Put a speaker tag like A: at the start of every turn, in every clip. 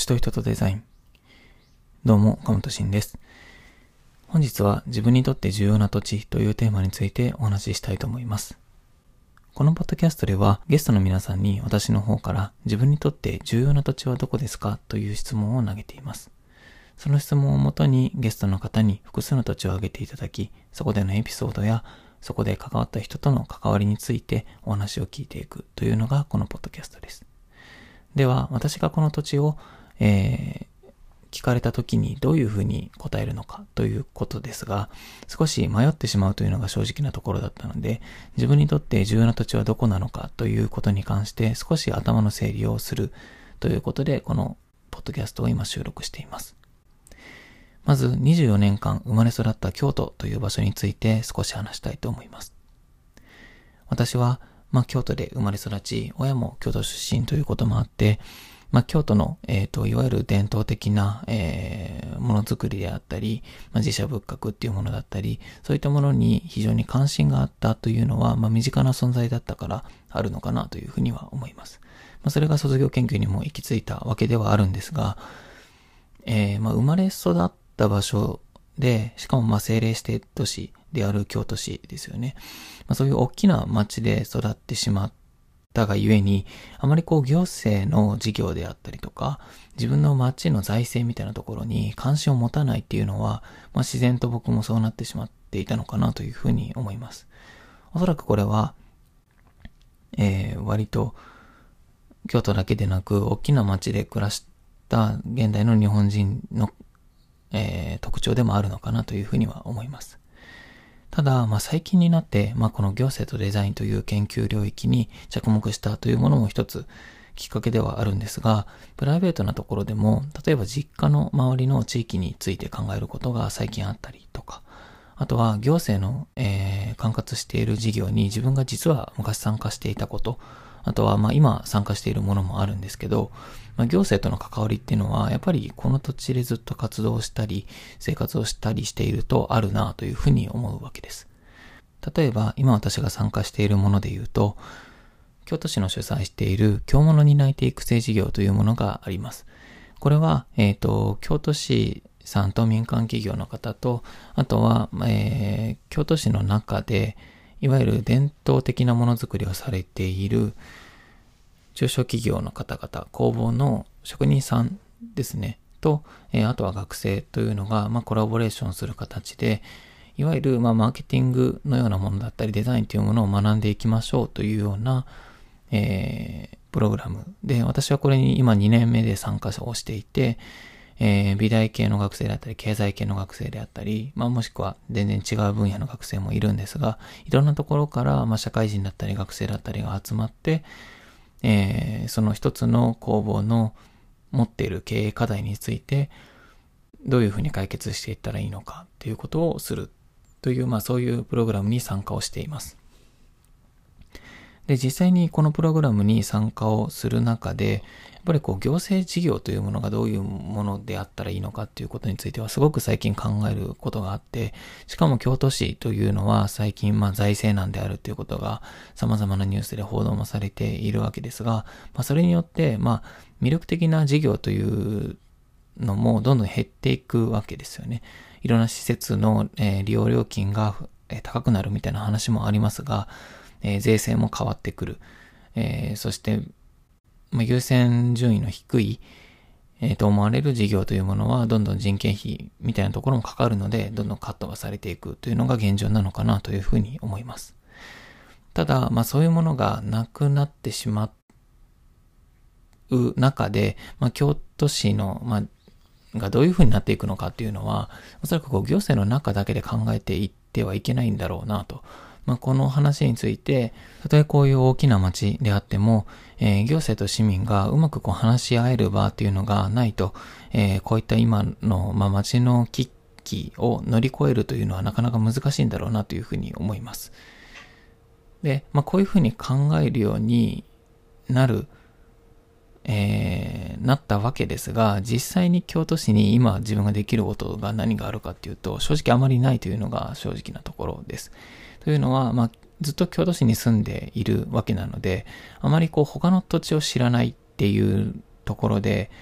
A: と人とデザイン。どうも、岡本慎です。本日は自分にとって重要な土地というテーマについてお話ししたいと思います。このポッドキャストではゲストの皆さんに私の方から自分にとって重要な土地はどこですかという質問を投げています。その質問をもとにゲストの方に複数の土地を挙げていただき、そこでのエピソードやそこで関わった人との関わりについてお話を聞いていくというのがこのポッドキャストです。では、私がこの土地を、聞かれた時にどういうふうに答えるのかということですが、少し迷ってしまうというのが正直なところだったので、自分にとって重要な土地はどこなのかということに関して少し頭の整理をするということで、このポッドキャストを今収録しています。まず24年間生まれ育った京都という場所について少し話したいと思います。私は京都で生まれ育ち、親も京都出身ということもあって、京都の、いわゆる伝統的な、ものづくりであったり、寺社仏閣っていうものだったり、そういったものに非常に関心があったというのは、身近な存在だったからあるのかなというふうには思います。それが卒業研究にも行き着いたわけではあるんですが、生まれ育った場所で、しかも政令指定都市である京都市ですよね。そういう大きな町で育ってしまったがゆえに、あまり行政の事業であったりとか、自分の町の財政みたいなところに関心を持たないっていうのは、自然と僕もそうなってしまっていたのかなというふうに思います。おそらくこれは、割と京都だけでなく、大きな町で暮らした現代の日本人の、特徴でもあるのかなというふうには思います。ただ、最近になって、この行政とデザインという研究領域に着目したというものも一つきっかけではあるんですが、プライベートなところでも、例えば実家の周りの地域について考えることが最近あったりとか、あとは行政の、管轄している事業に自分が実は昔参加していたこと、あとは今参加しているものもあるんですけど、行政との関わりっていうのはやっぱりこの土地でずっと活動したり生活をしたりしているとあるなというふうに思うわけです。例えば今私が参加しているもので言うと、京都市の主催している京物担い手育成事業というものがあります。これは、京都市さんと民間企業の方と、あとは、京都市の中でいわゆる伝統的なものづくりをされている中小企業の方々、工房の職人さんですね、と、あとは学生というのが、コラボレーションする形で、いわゆる、マーケティングのようなものだったり、デザインというものを学んでいきましょうというような、プログラムで、私はこれに今2年目で参加をしていて、美大系の学生であったり、経済系の学生であったり、もしくは全然違う分野の学生もいるんですが、いろんなところから、社会人だったり学生だったりが集まって、その一つの工房の持っている経営課題についてどういうふうに解決していったらいいのかということをするという、そういうプログラムに参加をしています。で、実際にこのプログラムに参加をする中で、やっぱり行政事業というものがどういうものであったらいいのかということについてはすごく最近考えることがあって、しかも京都市というのは最近財政難であるということが様々なニュースで報道もされているわけですが、それによって魅力的な事業というのもどんどん減っていくわけですよね。いろんな施設の利用料金が高くなるみたいな話もありますが、税制も変わってくる。そして優先順位の低い、と思われる事業というものはどんどん人件費みたいなところもかかるので、どんどんカットがされていくというのが現状なのかなというふうに思います。ただ、そういうものがなくなってしまう中で、京都市の、がどういうふうになっていくのかっていうのは、おそらく行政の中だけで考えていってはいけないんだろうなと。この話について、たとえこういう大きな町であっても、行政と市民がうまく話し合える場っていうのがないと、こういった今の、町の危機を乗り越えるというのはなかなか難しいんだろうなというふうに思います。で、こういうふうに考えるようになったわけですが、実際に京都市に今自分ができることが何があるかっていうと、正直あまりないというのが正直なところです。というのは、ずっと京都市に住んでいるわけなので、あまり他の土地を知らないっていうところで、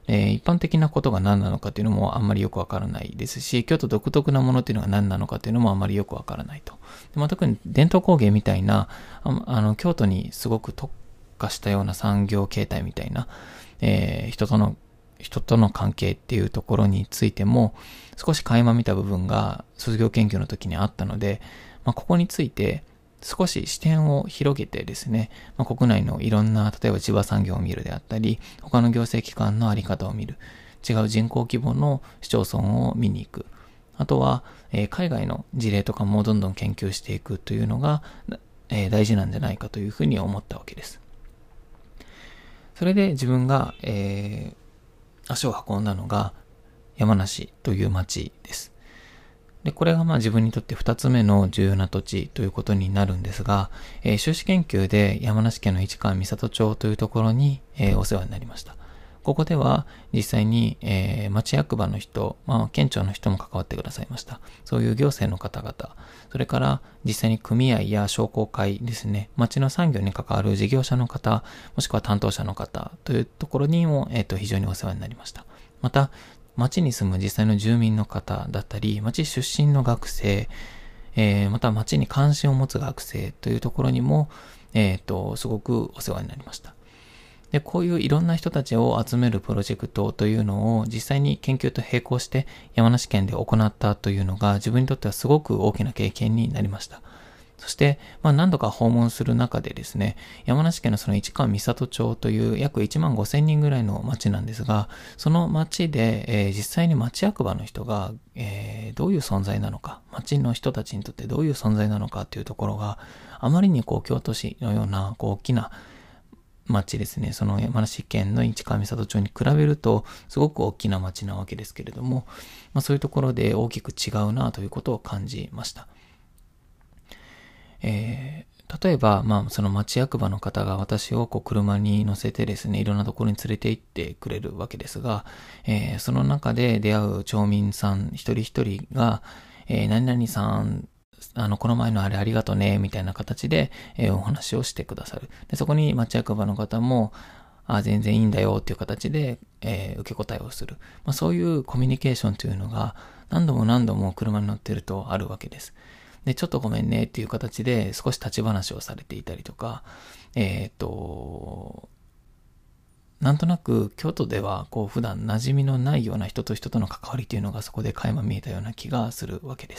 A: 一般的なことが何なのかっていうのもあんまりよくわからないですし、京都独特なものっていうのが何なのかっていうのもあんまりよくわからないと。で特に伝統工芸みたいな、京都にすごく特化したような産業形態みたいな、人との関係っていうところについても少し垣間見た部分が卒業研究の時にあったので、ここについて少し視点を広げてですね、国内のいろんな、例えば地場産業を見るであったり、他の行政機関のあり方を見る、違う人口規模の市町村を見に行く、あとは、海外の事例とかもどんどん研究していくというのが、大事なんじゃないかというふうに思ったわけです。それで自分が、足を運んだのが山梨という町です。で、これが自分にとって2つ目の重要な土地ということになるんですが、修士研究で山梨県の市川三郷町というところに、お世話になりました。ここでは実際に、町役場の人、県庁の人も関わってくださいました。そういう行政の方々、それから実際に組合や商工会ですね、町の産業に関わる事業者の方、もしくは担当者の方というところにも、非常にお世話になりました。また、町に住む実際の住民の方だったり、町出身の学生、また町に関心を持つ学生というところにも、すごくお世話になりました。で、こういういろんな人たちを集めるプロジェクトというのを実際に研究と並行して山梨県で行ったというのが自分にとってはすごく大きな経験になりました。そして、何度か訪問する中でですね、山梨県のその市川三郷町という約1万5,000人ぐらいの町なんですが、その町で、実際に町役場の人が、どういう存在なのか、町の人たちにとってどういう存在なのかというところが、あまりに京都市のような大きな町ですね、その山梨県の市川三郷町に比べるとすごく大きな町なわけですけれども、そういうところで大きく違うなということを感じました。例えば、その町役場の方が私を車に乗せてですね、いろんなところに連れて行ってくれるわけですが、その中で出会う町民さん一人一人が、何々さん、この前のあれありがとね、みたいな形で、お話をしてくださる。で、そこに町役場の方も、全然いいんだよっていう形で、受け答えをする。そういうコミュニケーションというのが何度も何度も車に乗ってるとあるわけです。で、ちょっとごめんねっていう形で少し立ち話をされていたりとか、なんとなく京都では普段馴染みのないような人と人との関わりというのがそこで垣間見えたような気がするわけです。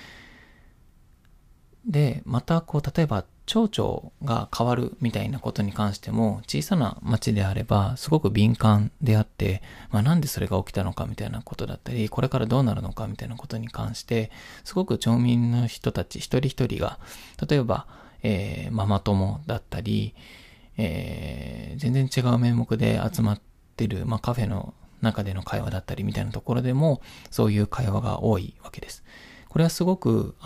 A: で、また例えば町長が変わるみたいなことに関しても小さな町であればすごく敏感であって、なんでそれが起きたのかみたいなことだったり、これからどうなるのかみたいなことに関してすごく町民の人たち一人一人が、例えば、ママ友だったり、全然違う名目で集まってる、カフェの中での会話だったりみたいなところでもそういう会話が多いわけです。これはすごく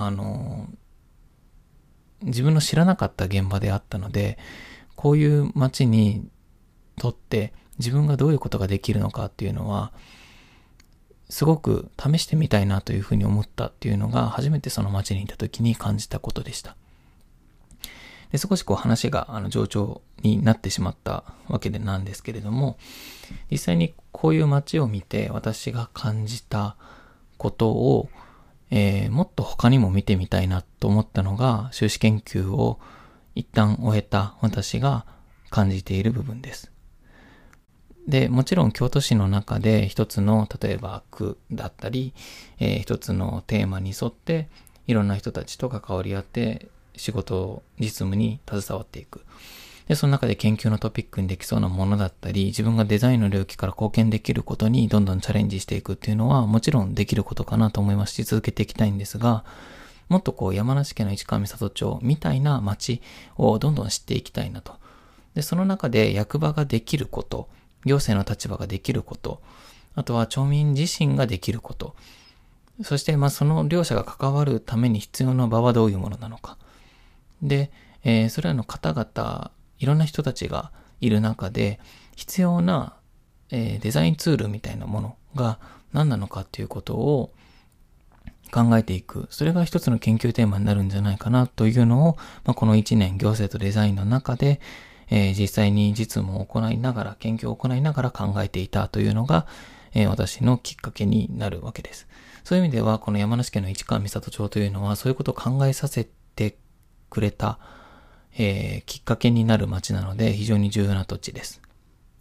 A: 自分の知らなかった現場であったので、こういう街にとって自分がどういうことができるのかっていうのはすごく試してみたいなというふうに思ったっていうのが初めてその街にいた時に感じたことでした。で、少し話が上調になってしまったわけでなんですけれども、実際にこういう街を見て私が感じたことをもっと他にも見てみたいなと思ったのが修士研究を一旦終えた私が感じている部分です。で、もちろん京都市の中で一つの例えば区だったり、一つのテーマに沿っていろんな人たちと関わり合って仕事実務に携わっていく。で、その中で研究のトピックにできそうなものだったり、自分がデザインの領域から貢献できることにどんどんチャレンジしていくっていうのはもちろんできることかなと思いますし、続けていきたいんですが、もっと山梨県の市川三郷町みたいな町をどんどん知っていきたいなと。で、その中で役場ができること、行政の立場ができること、あとは町民自身ができること、そしてその両者が関わるために必要な場はどういうものなのか。で、それらの方々、いろんな人たちがいる中で必要な、デザインツールみたいなものが何なのかっていうことを考えていく。それが一つの研究テーマになるんじゃないかなというのを、この1年行政とデザインの中で、 実際に実務を行いながら、研究を行いながら考えていたというのが、私のきっかけになるわけです。そういう意味では、この山梨県の市川三郷町というのは、そういうことを考えさせてくれた、きっかけになる町なので、非常に重要な土地です。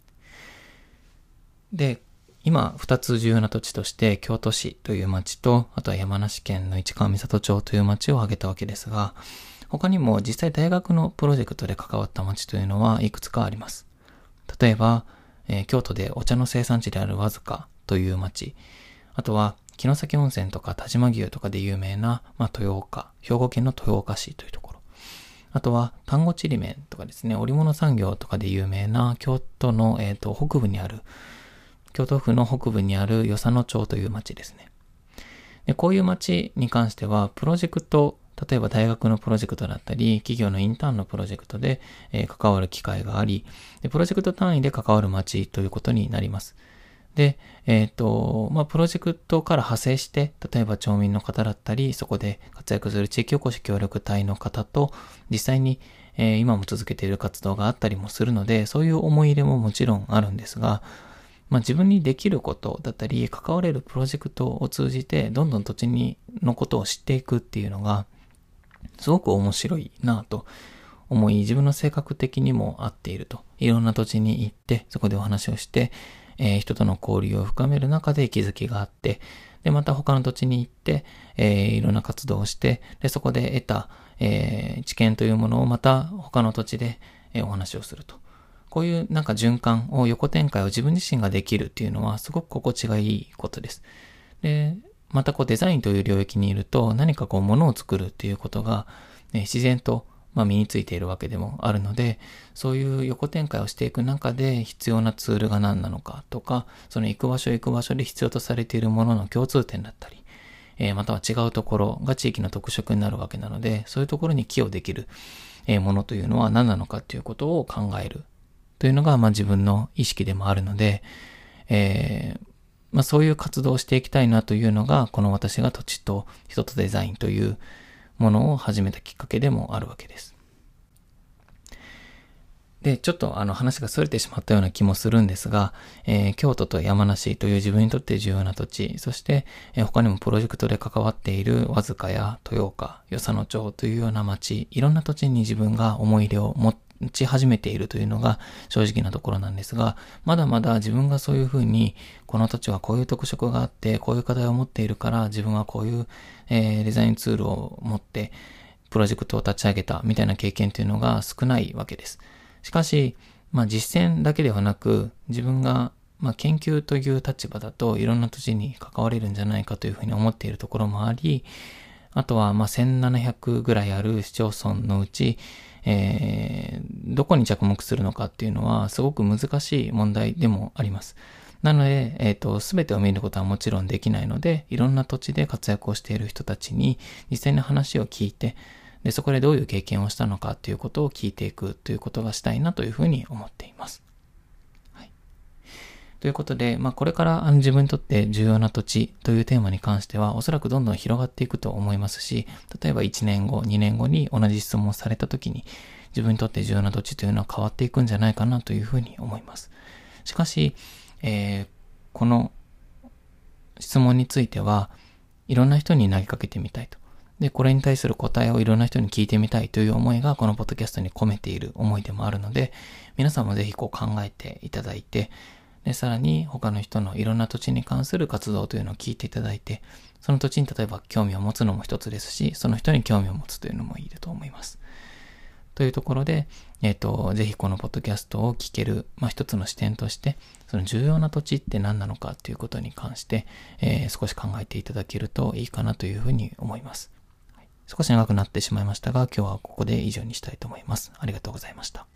A: で、今、2つ重要な土地として、京都市という町と、あとは山梨県の市川三郷町という町を挙げたわけですが、他にも実際大学のプロジェクトで関わった町というのはいくつかあります。例えば、京都でお茶の生産地である和束という町、あとは城崎温泉とか田島牛とかで有名な、豊岡、兵庫県の豊岡市というところ。あとは丹後ちりめんとかですね、織物産業とかで有名な京都の、北部にある、京都府の北部にある与謝野町という町ですね。で、こういう町に関しては、プロジェクト、例えば大学のプロジェクトだったり、企業のインターンのプロジェクトで、関わる機会があり、で、プロジェクト単位で関わる町ということになります。で、プロジェクトから派生して、例えば町民の方だったり、そこで活躍する地域おこし協力隊の方と、実際に、今も続けている活動があったりもするので、そういう思い入れももちろんあるんですが、自分にできることだったり、関われるプロジェクトを通じて、どんどん土地のことを知っていくっていうのが、すごく面白いなと思い、自分の性格的にも合っていると。いろんな土地に行って、そこでお話をして、人との交流を深める中で気づきがあって、で、また他の土地に行って、いろんな活動をして、で、そこで得た、知見というものをまた他の土地で、お話をすると。こういう循環を横展開を自分自身ができるっていうのはすごく心地がいいことです。で、またデザインという領域にいると何か物を作るっていうことが、自然と身についているわけでもあるので、そういう横展開をしていく中で必要なツールが何なのかとか、その行く場所で必要とされているものの共通点だったり、または違うところが地域の特色になるわけなので、そういうところに寄与できるものというのは何なのかということを考えるというのが自分の意識でもあるので、そういう活動をしていきたいなというのが、この私が土地と人とデザインというものを始めたきっかけでもあるわけです。で、ちょっと話が逸れてしまったような気もするんですが、京都と山梨という自分にとって重要な土地、そして、他にもプロジェクトで関わっている和束や豊岡、与謝野町というような町、いろんな土地に自分が思い入れを持ち始めているというのが正直なところなんですが、まだまだ自分がそういうふうに、この土地はこういう特色があって、こういう課題を持っているから、自分はこういう、デザインツールを持って、プロジェクトを立ち上げたみたいな経験というのが少ないわけです。しかし、実践だけではなく、自分が、研究という立場だといろんな土地に関われるんじゃないかというふうに思っているところもあり、あとは1700ぐらいある市町村のうち、どこに着目するのかっていうのはすごく難しい問題でもあります。なので、すべてを見ることはもちろんできないので、いろんな土地で活躍をしている人たちに実際に話を聞いて、で、そこでどういう経験をしたのかということを聞いていくということがしたいなというふうに思っています。はい。ということで、これから自分にとって重要な土地というテーマに関しては、おそらくどんどん広がっていくと思いますし、例えば1年後、2年後に同じ質問をされたときに、自分にとって重要な土地というのは変わっていくんじゃないかなというふうに思います。しかし、この質問については、いろんな人に投げかけてみたいと。で、これに対する答えをいろんな人に聞いてみたいという思いがこのポッドキャストに込めている思いでもあるので、皆さんもぜひ考えていただいて、で、さらに他の人のいろんな土地に関する活動というのを聞いていただいて、その土地に例えば興味を持つのも一つですし、その人に興味を持つというのもいいと思います。というところで、ぜひこのポッドキャストを聞ける、一つの視点として、その重要な土地って何なのかということに関して、少し考えていただけるといいかなというふうに思います。少し長くなってしまいましたが、今日はここで以上にしたいと思います。ありがとうございました。